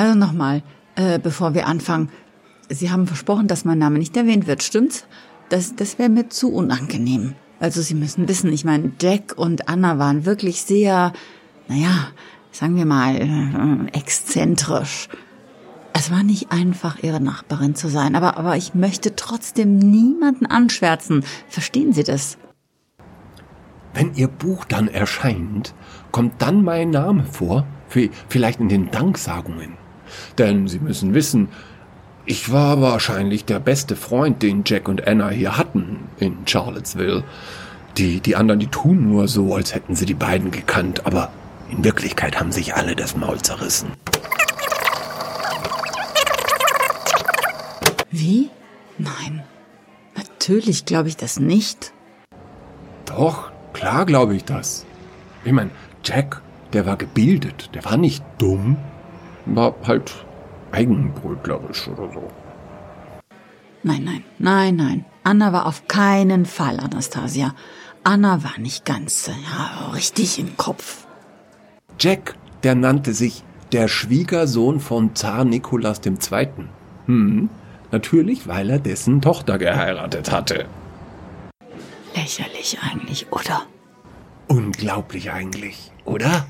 Also nochmal, bevor wir anfangen. Sie haben versprochen, dass mein Name nicht erwähnt wird, stimmt's? Das wäre mir zu unangenehm. Also Sie müssen wissen, ich meine, Jack und Anna waren wirklich sehr, sagen wir mal, exzentrisch. Es war nicht einfach, Ihre Nachbarin zu sein, aber ich möchte trotzdem niemanden anschwärzen. Verstehen Sie das? Wenn Ihr Buch dann erscheint, kommt dann mein Name vor, vielleicht in den Danksagungen. Denn Sie müssen wissen, ich war wahrscheinlich der beste Freund, den Jack und Anna hier hatten in Charlottesville. Die anderen, die tun nur so, als hätten sie die beiden gekannt, aber in Wirklichkeit haben sich alle das Maul zerrissen. Wie? Nein, natürlich glaube ich das nicht. Doch, klar glaube ich das. Ich meine, Jack, der war gebildet, der war nicht dumm, war halt eigenbrötlerisch oder so. Nein. Anna war auf keinen Fall Anastasia. Anna war nicht ganz, richtig im Kopf. Jack, der nannte sich der Schwiegersohn von Zar Nikolaus II. Natürlich, weil er dessen Tochter geheiratet hatte. Lächerlich eigentlich, oder? Unglaublich eigentlich, oder?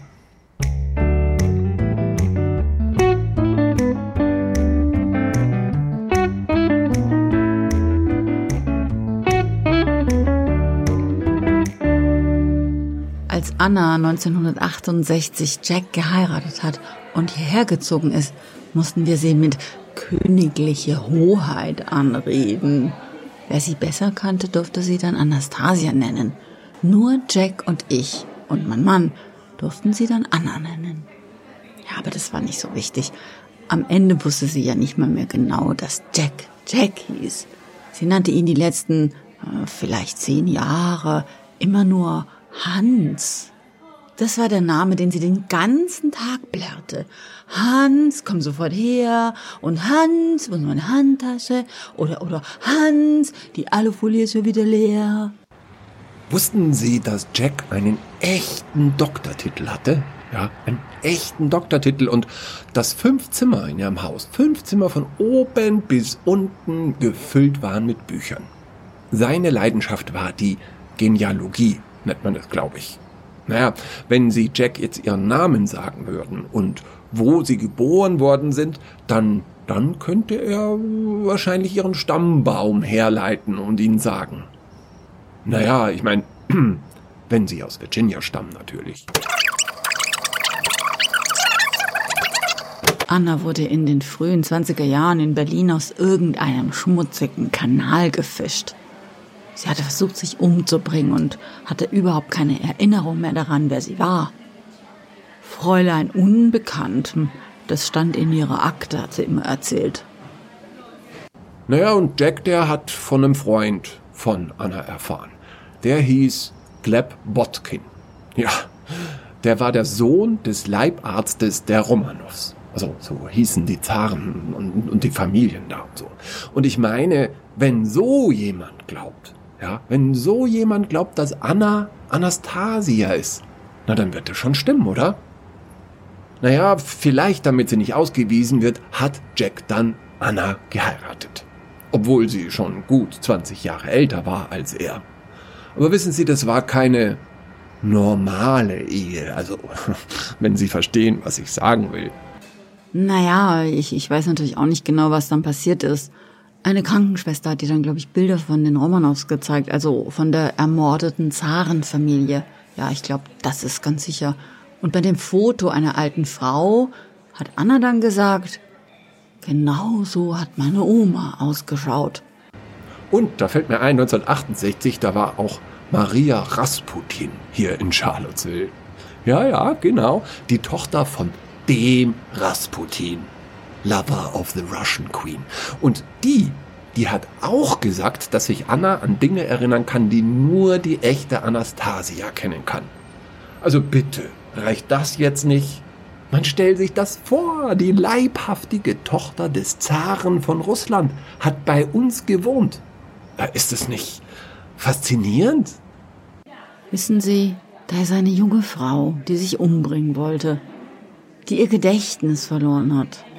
Als Anna 1968 Jack geheiratet hat und hierher gezogen ist, mussten wir sie mit königliche Hoheit anreden. Wer sie besser kannte, durfte sie dann Anastasia nennen. Nur Jack und ich und mein Mann durften sie dann Anna nennen. Ja, aber das war nicht so wichtig. Am Ende wusste sie ja nicht mal mehr genau, dass Jack hieß. Sie nannte ihn die letzten, vielleicht 10 Jahre, immer nur Hans. Das war der Name, den sie den ganzen Tag plärrte. Hans, komm sofort her. Und Hans, wo ist meine Handtasche? Oder Hans, die Alufolie ist schon wieder leer. Wussten Sie, dass Jack einen echten Doktortitel hatte? Ja, einen echten Doktortitel und dass 5 Zimmer in ihrem Haus, 5 Zimmer von oben bis unten gefüllt waren mit Büchern. Seine Leidenschaft war die Genealogie, nennt man das, glaube ich. Wenn Sie Jack jetzt Ihren Namen sagen würden und wo Sie geboren worden sind, dann könnte er wahrscheinlich Ihren Stammbaum herleiten und Ihnen sagen. Ich meine, wenn Sie aus Virginia stammen natürlich. Anna wurde in den frühen 20er Jahren in Berlin aus irgendeinem schmutzigen Kanal gefischt. Sie hatte versucht, sich umzubringen und hatte überhaupt keine Erinnerung mehr daran, wer sie war. Fräulein Unbekannt, das stand in ihrer Akte, hat sie immer erzählt. Und Jack, der hat von einem Freund von Anna erfahren. Der hieß Gleb Botkin. Ja, der war der Sohn des Leibarztes der Romanows. Also so hießen die Zaren und die Familien da und so. Und ich meine, wenn so jemand glaubt, dass Anna Anastasia ist, dann wird das schon stimmen, oder? Vielleicht damit sie nicht ausgewiesen wird, hat Jack dann Anna geheiratet. Obwohl sie schon gut 20 Jahre älter war als er. Aber wissen Sie, das war keine normale Ehe. Also, wenn Sie verstehen, was ich sagen will. Ich weiß natürlich auch nicht genau, was dann passiert ist. Eine Krankenschwester hat ihr dann, glaube ich, Bilder von den Romanows gezeigt, also von der ermordeten Zarenfamilie. Ja, ich glaube, das ist ganz sicher. Und bei dem Foto einer alten Frau hat Anna dann gesagt, genau so hat meine Oma ausgeschaut. Und da fällt mir ein, 1968, da war auch Maria Rasputin hier in Charlottesville. Ja, genau, die Tochter von dem Rasputin, Lover of the Russian Queen. Und die hat auch gesagt, dass sich Anna an Dinge erinnern kann, die nur die echte Anastasia kennen kann. Also bitte, reicht das jetzt nicht? Man stellt sich das vor, die leibhaftige Tochter des Zaren von Russland hat bei uns gewohnt. Ist es nicht faszinierend? Wissen Sie, da ist eine junge Frau, die sich umbringen wollte, die ihr Gedächtnis verloren hat.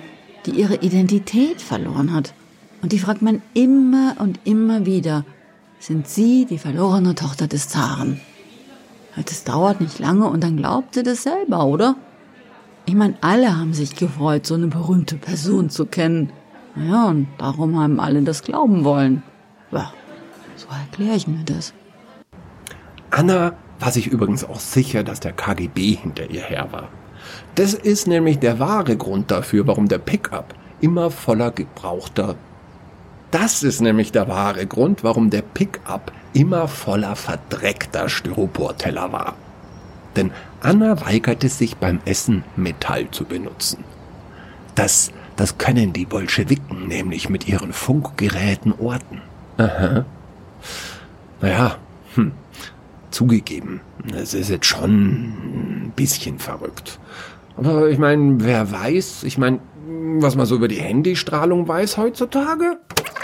die ihre Identität verloren hat. Und die fragt man immer und immer wieder, sind Sie die verlorene Tochter des Zaren? Das dauert nicht lange und dann glaubt sie das selber, oder? Ich meine, alle haben sich gefreut, so eine berühmte Person zu kennen. Naja, und darum haben alle das glauben wollen. Ja, so erkläre ich mir das. Anna war sich übrigens auch sicher, dass der KGB hinter ihr her war. Das ist nämlich der wahre Grund dafür, warum der Pickup immer voller gebrauchter... Das ist nämlich der wahre Grund, warum der Pickup immer voller verdreckter Styroporteller war. Denn Anna weigerte sich beim Essen Metall zu benutzen. Das können die Bolschewiken nämlich mit ihren Funkgeräten orten. Aha. Naja, zugegeben, es ist jetzt schon ein bisschen verrückt. Aber ich meine, wer weiß, was man so über die Handystrahlung weiß heutzutage?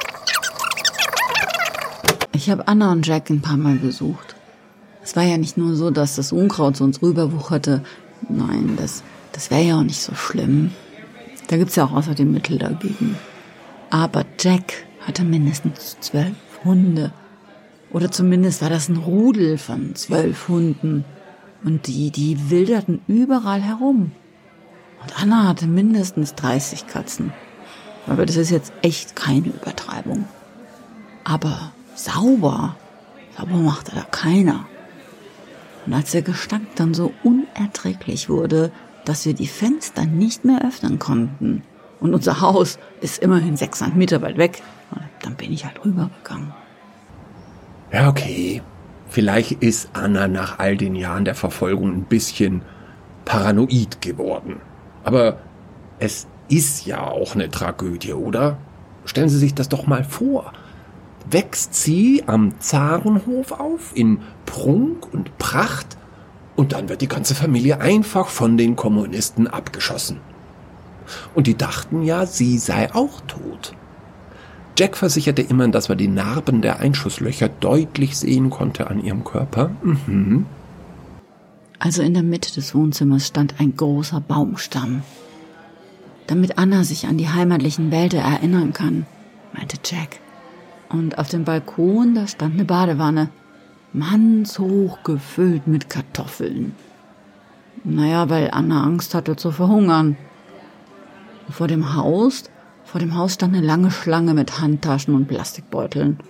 Ich habe Anna und Jack ein paar Mal besucht. Es war ja nicht nur so, dass das Unkraut zu uns rüberwucherte. Nein, das wäre ja auch nicht so schlimm. Da gibt's ja auch außerdem Mittel dagegen. Aber Jack hatte mindestens 12 Hunde. Oder zumindest war das ein Rudel von 12 Hunden. Und die wilderten überall herum. Und Anna hatte mindestens 30 Katzen. Aber das ist jetzt echt keine Übertreibung. Aber sauber machte da keiner. Und als der Gestank dann so unerträglich wurde, dass wir die Fenster nicht mehr öffnen konnten, und unser Haus ist immerhin 600 Meter weit weg, dann bin ich halt rübergegangen. Ja, okay. Vielleicht ist Anna nach all den Jahren der Verfolgung ein bisschen paranoid geworden. Aber es ist ja auch eine Tragödie, oder? Stellen Sie sich das doch mal vor. Wächst sie am Zarenhof auf, in Prunk und Pracht, und dann wird die ganze Familie einfach von den Kommunisten abgeschossen. Und die dachten ja, sie sei auch tot. Jack versicherte immer, dass man die Narben der Einschusslöcher deutlich sehen konnte an ihrem Körper. Mhm. Also in der Mitte des Wohnzimmers stand ein großer Baumstamm. Damit Anna sich an die heimatlichen Wälder erinnern kann, meinte Jack. Und auf dem Balkon, da stand eine Badewanne, mannshoch gefüllt mit Kartoffeln. Naja, weil Anna Angst hatte zu verhungern. Vor dem Haus stand eine lange Schlange mit Handtaschen und Plastikbeuteln.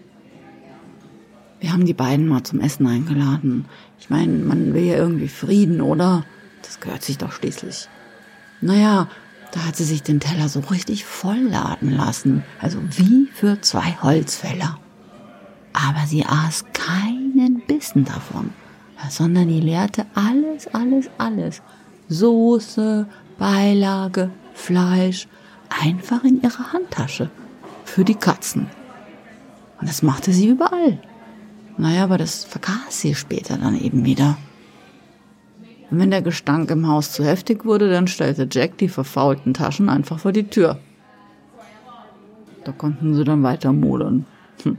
Wir haben die beiden mal zum Essen eingeladen. Ich meine, man will ja irgendwie Frieden, oder? Das gehört sich doch schließlich. Naja, da hat sie sich den Teller so richtig vollladen lassen. Also wie für 2 Holzfäller. Aber sie aß keinen Bissen davon, sondern die leerte alles. Soße, Beilage, Fleisch, einfach in ihre Handtasche. Für die Katzen. Und das machte sie überall. Naja, aber das vergaß sie später dann eben wieder. Und wenn der Gestank im Haus zu heftig wurde, dann stellte Jack die verfaulten Taschen einfach vor die Tür. Da konnten sie dann weiter modern.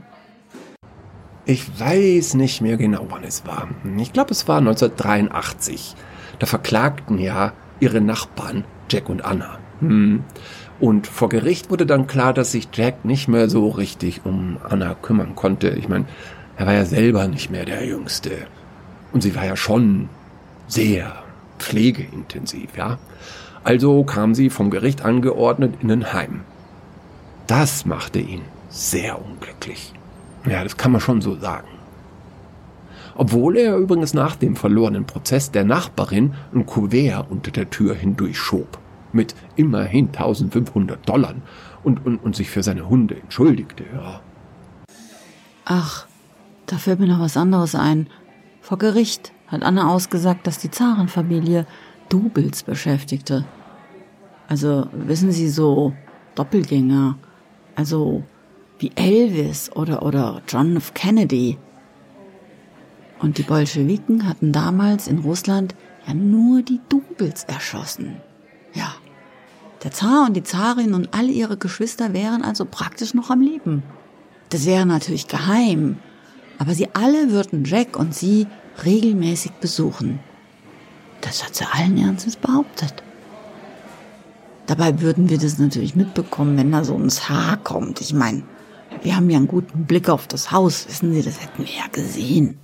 Ich weiß nicht mehr genau, wann es war. Ich glaube, es war 1983. Da verklagten ja ihre Nachbarn Jack und Anna. Und vor Gericht wurde dann klar, dass sich Jack nicht mehr so richtig um Anna kümmern konnte. Ich meine, er war ja selber nicht mehr der Jüngste. Und sie war ja schon sehr pflegeintensiv, ja. Also kam sie vom Gericht angeordnet in ein Heim. Das machte ihn sehr unglücklich. Ja, das kann man schon so sagen. Obwohl er übrigens nach dem verlorenen Prozess der Nachbarin ein Kuvert unter der Tür hindurch schob. Mit immerhin $1.500 und sich für seine Hunde entschuldigte, ja. Ach, da fällt mir noch was anderes ein. Vor Gericht hat Anna ausgesagt, dass die Zarenfamilie Doubles beschäftigte. Also, wissen Sie, so Doppelgänger. Also wie Elvis oder John F. Kennedy. Und die Bolschewiken hatten damals in Russland ja nur die Doubles erschossen. Ja, der Zar und die Zarin und alle ihre Geschwister wären also praktisch noch am Leben. Das wäre natürlich geheim, aber sie alle würden Jack und sie regelmäßig besuchen. Das hat sie allen Ernstes behauptet. Dabei würden wir das natürlich mitbekommen, wenn da so ein Haar kommt. Ich meine, wir haben ja einen guten Blick auf das Haus. Wissen Sie, das hätten wir ja gesehen.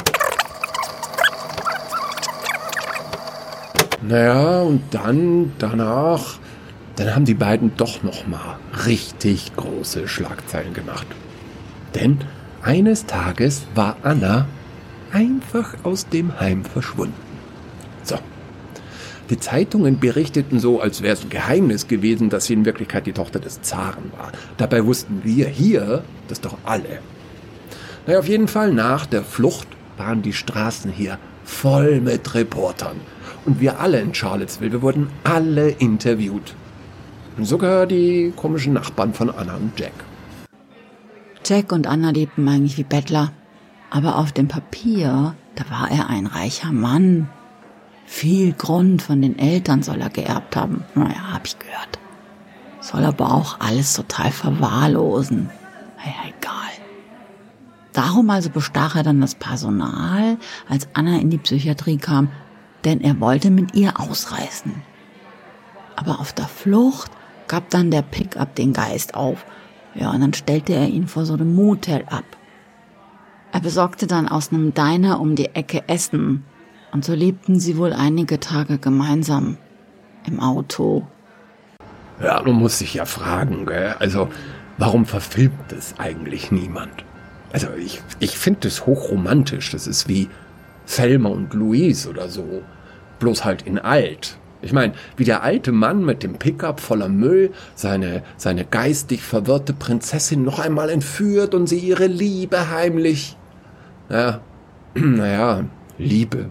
Naja, und danach haben die beiden doch noch mal richtig große Schlagzeilen gemacht. Denn eines Tages war Anna einfach aus dem Heim verschwunden. So. Die Zeitungen berichteten so, als wäre es ein Geheimnis gewesen, dass sie in Wirklichkeit die Tochter des Zaren war. Dabei wussten wir hier das doch alle. Naja, auf jeden Fall nach der Flucht waren die Straßen hier voll mit Reportern. Und wir alle in Charlottesville, wir wurden alle interviewt. Und sogar die komischen Nachbarn von Anna und Jack. Jack und Anna lebten eigentlich wie Bettler. Aber auf dem Papier, da war er ein reicher Mann. Viel Grund von den Eltern soll er geerbt haben. Naja, hab ich gehört. Soll aber auch alles total verwahrlosen. Naja, egal. Darum also bestach er dann das Personal, als Anna in die Psychiatrie kam, denn er wollte mit ihr ausreißen. Aber auf der Flucht gab dann der Pickup den Geist auf. Ja, und dann stellte er ihn vor so einem Motel ab. Er besorgte dann aus einem Diner um die Ecke Essen. Und so lebten sie wohl einige Tage gemeinsam im Auto. Ja, man muss sich ja fragen, gell? Also, warum verfilmt das eigentlich niemand? Also, ich finde das hochromantisch. Das ist wie Thelma und Louise oder so. Bloß halt in alt. Ich meine, wie der alte Mann mit dem Pickup voller Müll seine geistig verwirrte Prinzessin noch einmal entführt und sie ihre Liebe heimlich... Ja, naja, Liebe.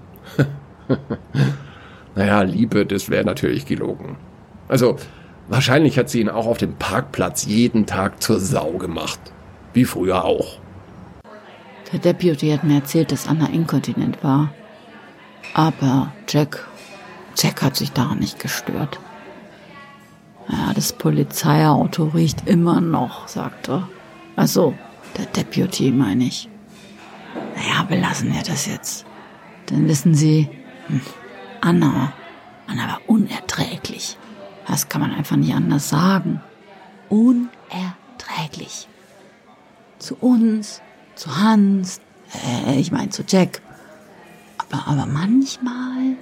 Naja, Liebe, das wäre natürlich gelogen. Also, wahrscheinlich hat sie ihn auch auf dem Parkplatz jeden Tag zur Sau gemacht. Wie früher auch. Der Deputy hat mir erzählt, dass Anna inkontinent war. Aber Jack hat sich daran nicht gestört. Ja, das Polizeiauto riecht immer noch, sagt er. Also, der Deputy meine ich. Naja, belassen wir das jetzt. Denn wissen Sie, Anna war unerträglich. Das kann man einfach nicht anders sagen. Unerträglich. Zu uns, zu Hans, ich meine zu Jack. Aber manchmal,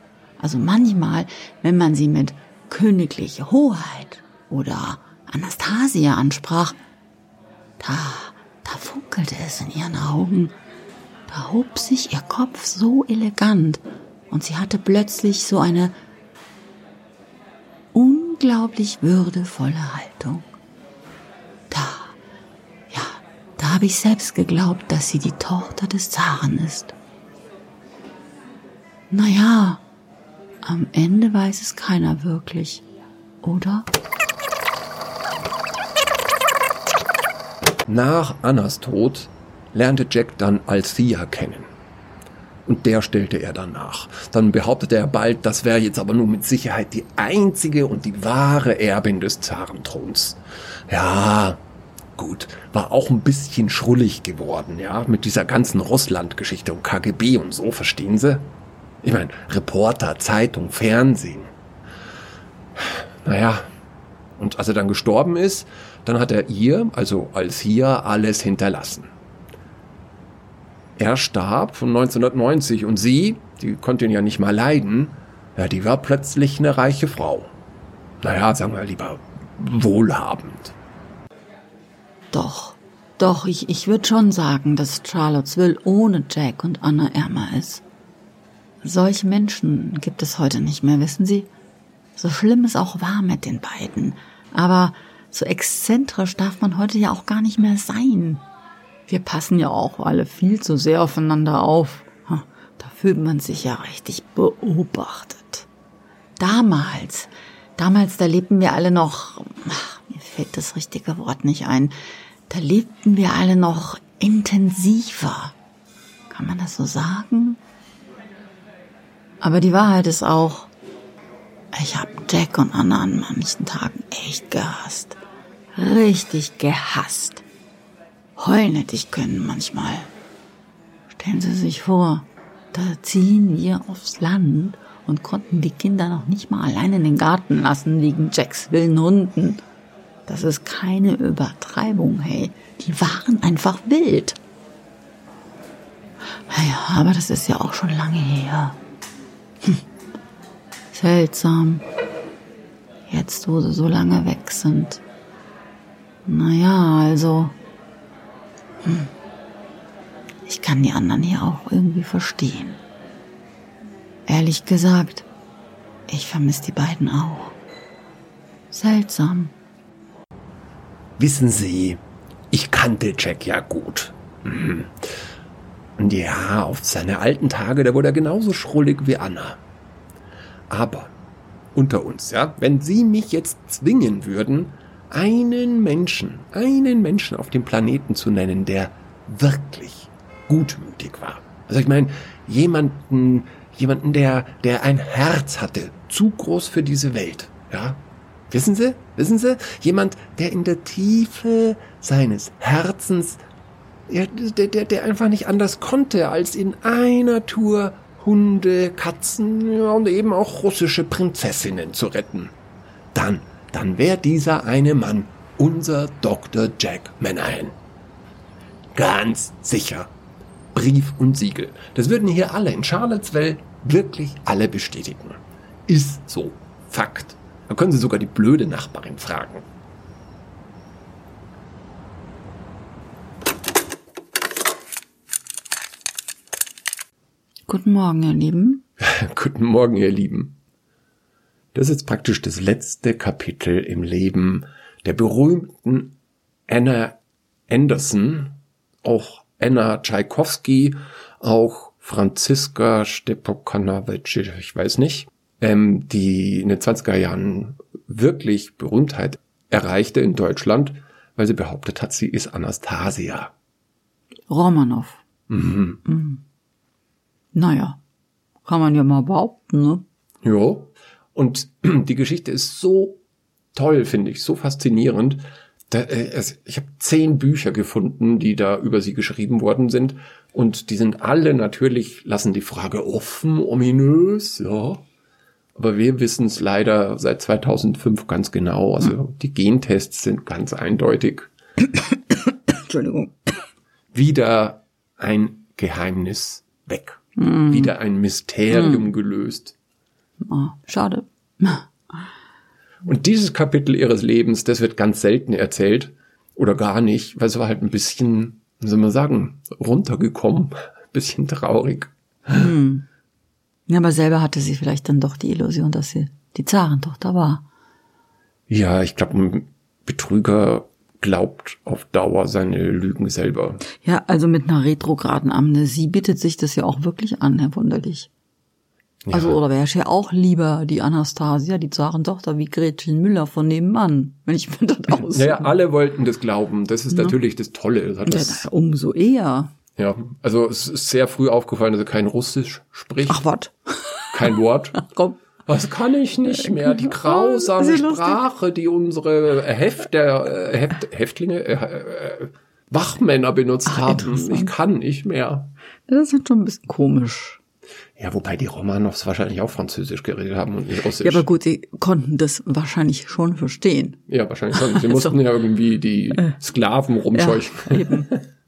wenn man sie mit königliche Hoheit oder Anastasia ansprach, da funkelte es in ihren Augen. Da hob sich ihr Kopf so elegant und sie hatte plötzlich so eine unglaublich würdevolle Haltung. Da habe ich selbst geglaubt, dass sie die Tochter des Zaren ist. Naja, am Ende weiß es keiner wirklich, oder? Nach Annas Tod lernte Jack dann Althea kennen. Und der stellte er dann nach. Dann behauptete er bald, das wäre jetzt aber nur mit Sicherheit die einzige und die wahre Erbin des Zarenthrons. Ja, gut, war auch ein bisschen schrullig geworden, ja, mit dieser ganzen Russland-Geschichte und KGB und so, verstehen Sie? Ich meine, Reporter, Zeitung, Fernsehen. Naja, und als er dann gestorben ist, dann hat er ihr, also Althea, alles hinterlassen. Er starb von 1990 und sie, die konnte ihn ja nicht mal leiden, ja, die war plötzlich eine reiche Frau. Naja, sagen wir lieber wohlhabend. Doch, ich würde schon sagen, dass Charlottesville ohne Jack und Anna ärmer ist. Solche Menschen gibt es heute nicht mehr, wissen Sie? So schlimm es auch war mit den beiden. Aber so exzentrisch darf man heute ja auch gar nicht mehr sein. Wir passen ja auch alle viel zu sehr aufeinander auf. Da fühlt man sich ja richtig beobachtet. Damals, da lebten wir alle noch, mir fällt das richtige Wort nicht ein, da lebten wir alle noch intensiver. Kann man das so sagen? Aber die Wahrheit ist auch, ich habe Jack und Anna an manchen Tagen echt gehasst. Richtig gehasst. Heulen hätte ich können manchmal. Stellen Sie sich vor, da ziehen wir aufs Land und konnten die Kinder noch nicht mal allein in den Garten lassen wegen Jacks wilden Hunden. Das ist keine Übertreibung, hey. Die waren einfach wild. Naja, aber das ist ja auch schon lange her. Seltsam. Jetzt, wo sie so lange weg sind. Naja, also... Ich kann die anderen hier auch irgendwie verstehen. Ehrlich gesagt, ich vermisse die beiden auch. Seltsam. Wissen Sie, ich kannte Jack ja gut. Und ja, auf seine alten Tage, da wurde er genauso schrullig wie Anna. Aber unter uns, ja, wenn Sie mich jetzt zwingen würden, einen Menschen auf dem Planeten zu nennen, der wirklich gutmütig war. Also ich meine, jemanden, der ein Herz hatte, zu groß für diese Welt, ja. Wissen Sie? Jemand, der in der Tiefe seines Herzens, der einfach nicht anders konnte, als in einer Tour Hunde, Katzen, ja, und eben auch russische Prinzessinnen zu retten. Dann wäre dieser eine Mann unser Dr. Jack Mannahan. Ganz sicher. Brief und Siegel. Das würden hier alle in Charlottesville wirklich alle bestätigen. Ist so. Fakt. Da können Sie sogar die blöde Nachbarin fragen. Guten Morgen, ihr Lieben. Guten Morgen, ihr Lieben. Das ist praktisch das letzte Kapitel im Leben der berühmten Anna Anderson, auch Anna Tchaikovsky, auch Franziska Stepanowitsch, ich weiß nicht, die in den 20er Jahren wirklich Berühmtheit erreichte in Deutschland, weil sie behauptet hat, sie ist Anastasia Romanow. Naja, kann man ja mal behaupten, ne? Ja, und die Geschichte ist so toll, finde ich, so faszinierend. Ich habe 10 Bücher gefunden, die da über sie geschrieben worden sind. Und die sind alle natürlich, lassen die Frage offen, ominös, ja. Aber wir wissen es leider seit 2005 ganz genau. Also die Gentests sind ganz eindeutig. Entschuldigung. Wieder ein Geheimnis weg. Wieder ein Mysterium gelöst. Oh, schade. Und dieses Kapitel ihres Lebens, das wird ganz selten erzählt. Oder gar nicht, weil es war halt ein bisschen, wie soll man sagen, runtergekommen. Ein bisschen traurig. Ja, aber selber hatte sie vielleicht dann doch die Illusion, dass sie die Zarentochter war. Ja, ich glaube, ein Betrüger glaubt auf Dauer seine Lügen selber. Ja, also mit einer retrograden Amnesie bietet sich das ja auch wirklich an, Herr Wunderlich. Ja. Also, oder wäre ich ja auch lieber die Anastasia, die Zarentochter, wie Gretchen Müller von nebenan, wenn ich mir das aus. Naja, alle wollten das glauben. Das ist natürlich das Tolle. Ja, umso eher. Ja, also es ist sehr früh aufgefallen, dass er kein Russisch spricht. Ach, was? Kein Wort. Ach, komm. Was kann ich nicht mehr? Die grausame Sprache, die unsere Wachmänner benutzt haben. Ich kann nicht mehr. Das ist schon ein bisschen komisch. Ja, wobei die Romanows wahrscheinlich auch Französisch geredet haben und nicht Russisch. Ja, aber gut, sie konnten das wahrscheinlich schon verstehen. Ja, wahrscheinlich schon. Sie mussten ja irgendwie die Sklaven rumscheuchen. Ja, eben.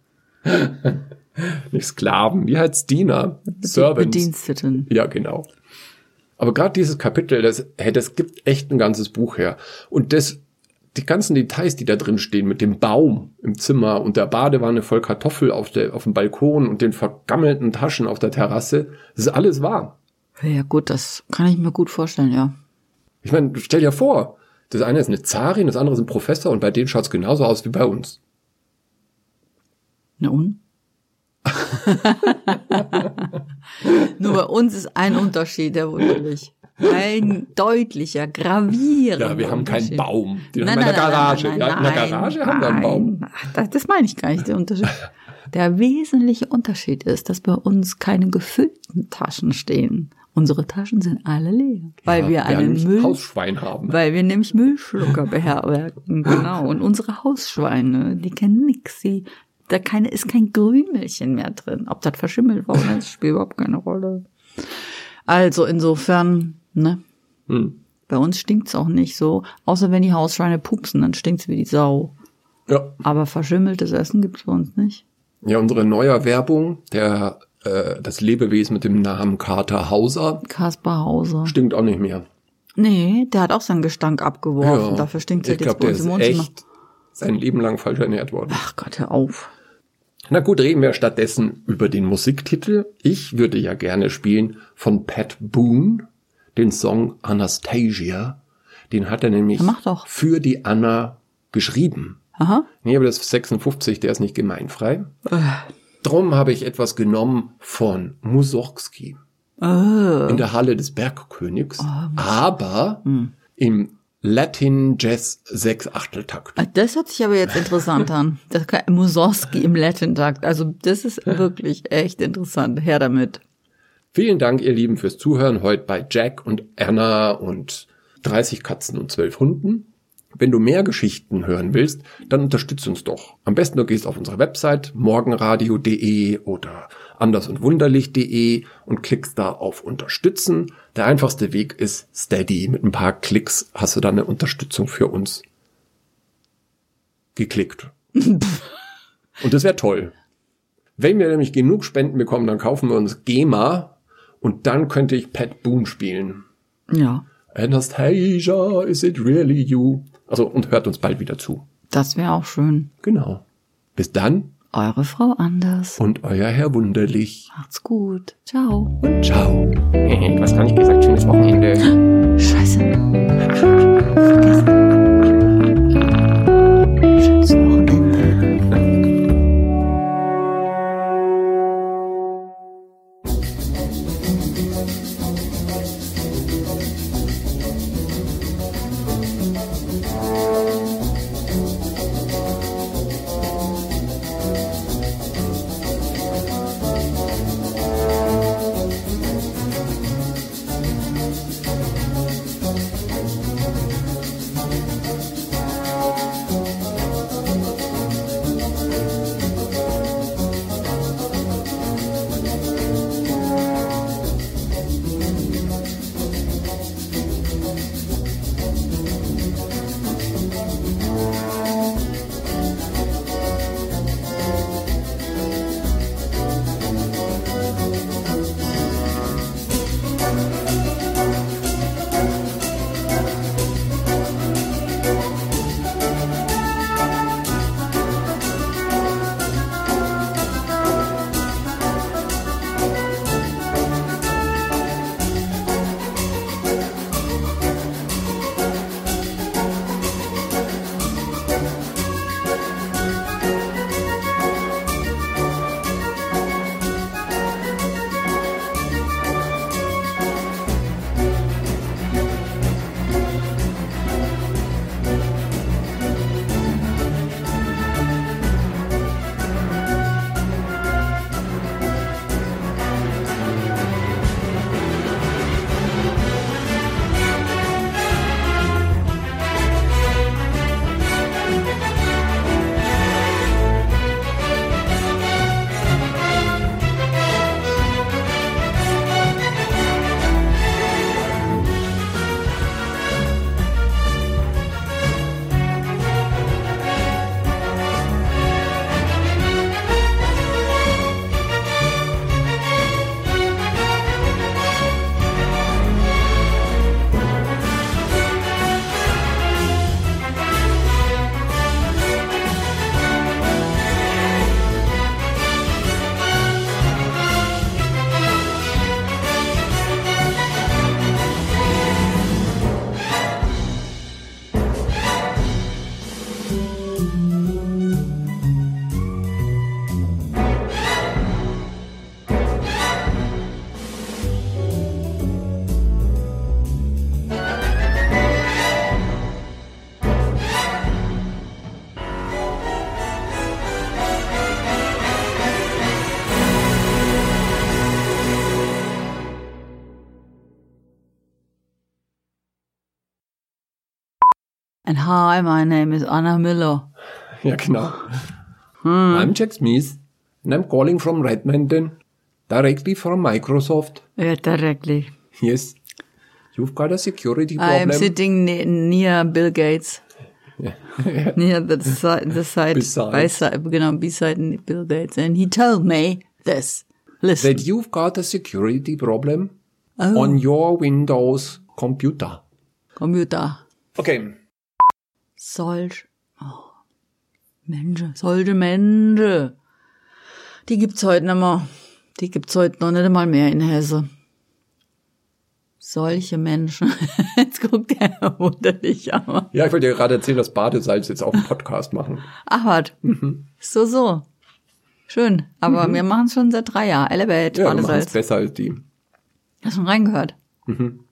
Nicht Sklaven, wie heißt's? Diener? Servants. Bediensteten. Ja, genau. Aber gerade dieses Kapitel, das gibt echt ein ganzes Buch her. Und die ganzen Details, die da drin stehen, mit dem Baum im Zimmer und der Badewanne voll Kartoffel auf dem Balkon und den vergammelten Taschen auf der Terrasse, das ist alles wahr. Ja gut, das kann ich mir gut vorstellen, ja. Ich meine, stell dir vor, das eine ist eine Zarin, das andere ist ein Professor und bei denen schaut's genauso aus wie bei uns. Na und? Nur bei uns ist ein Unterschied, der wunderlich. Ein deutlicher, gravierender. Ja, wir haben keinen Unterschied. Baum. Die haben in der Garage. In der Garage haben wir einen Baum. Das meine ich gar nicht, der Unterschied. Der wesentliche Unterschied ist, dass bei uns keine gefüllten Taschen stehen. Unsere Taschen sind alle leer, weil wir einen Hausschwein haben. Weil wir nämlich Müllschlucker beherbergen, genau. Und unsere Hausschweine, die kennen nix. Ist kein Grümelchen mehr drin. Ob das verschimmelt worden ist, spielt überhaupt keine Rolle. Also insofern, ne? Bei uns stinkt's auch nicht so. Außer wenn die Hausschweine pupsen, dann stinkt's wie die Sau. Ja. Aber verschimmeltes Essen gibt's bei uns nicht. Ja, unsere Neuerwerbung, das Lebewesen mit dem Namen Kater Hauser. Kaspar Hauser. Stinkt auch nicht mehr. Nee, der hat auch seinen Gestank abgeworfen. Ja, Dafür stinkt's ich jetzt glaube, bei der uns ist im Wohnzimmer. echt sein Leben lang falsch ernährt worden. Ach Gott, hör auf. Na gut, reden wir stattdessen über den Musiktitel. Ich würde ja gerne spielen von Pat Boone, den Song Anastasia. Den hat er nämlich Mach doch. für die Anna geschrieben. Aha. Nee, aber das ist 56, der ist nicht gemeinfrei. Drum habe ich etwas genommen von Mussorgsky. In der Halle des Bergkönigs. Aber im Latin Jazz 6/8-Takt. Das hört sich aber jetzt interessant an. Das kann Mussorgsky im Latin-Takt. Also das ist wirklich echt interessant. Her damit. Vielen Dank, ihr Lieben, fürs Zuhören heute bei Jack und Anna und 30 Katzen und 12 Hunden. Wenn du mehr Geschichten hören willst, dann unterstütz uns doch. Am besten du gehst auf unsere Website morgenradio.de oder andersundwunderlich.de und klickst da auf Unterstützen. Der einfachste Weg ist Steady. Mit ein paar Klicks hast du dann eine Unterstützung für uns geklickt. Und das wäre toll. Wenn wir nämlich genug Spenden bekommen, dann kaufen wir uns GEMA und dann könnte ich Pat Boone spielen. Ja. Anastasia, is it really you? Also, und hört uns bald wieder zu. Das wäre auch schön. Genau. Bis dann. Eure Frau Anders. Und euer Herr Wunderlich. Macht's gut. Ciao. Und ciao. Du hast gar nicht gesagt, schönes Wochenende. Scheiße. Vergessen. Schönes Wochenende. And hi, my name is Anna Miller. Ja, genau. I'm Jack Smith and I'm calling from Redmond. directly from Microsoft. Yeah, directly. Yes. You've got a security I'm problem. sitting near Bill Gates. Near the side, beside Bill Gates. And he told me this. Listen. That you've got a security problem on your Windows Computer. Okay. Solche Menschen. Die gibt's heute nicht mehr. Die gibt's heute noch nicht einmal mehr in Hesse. Solche Menschen. Jetzt guckt er wunderlich an. Ja, ich wollte dir gerade erzählen, dass Badesalz jetzt auch einen Podcast machen. Ach, was? So. Schön. Aber wir machen es schon seit 3 Jahren. Elevate, Ja, wir machen es Badesalz. besser als die. Hast du schon reingehört?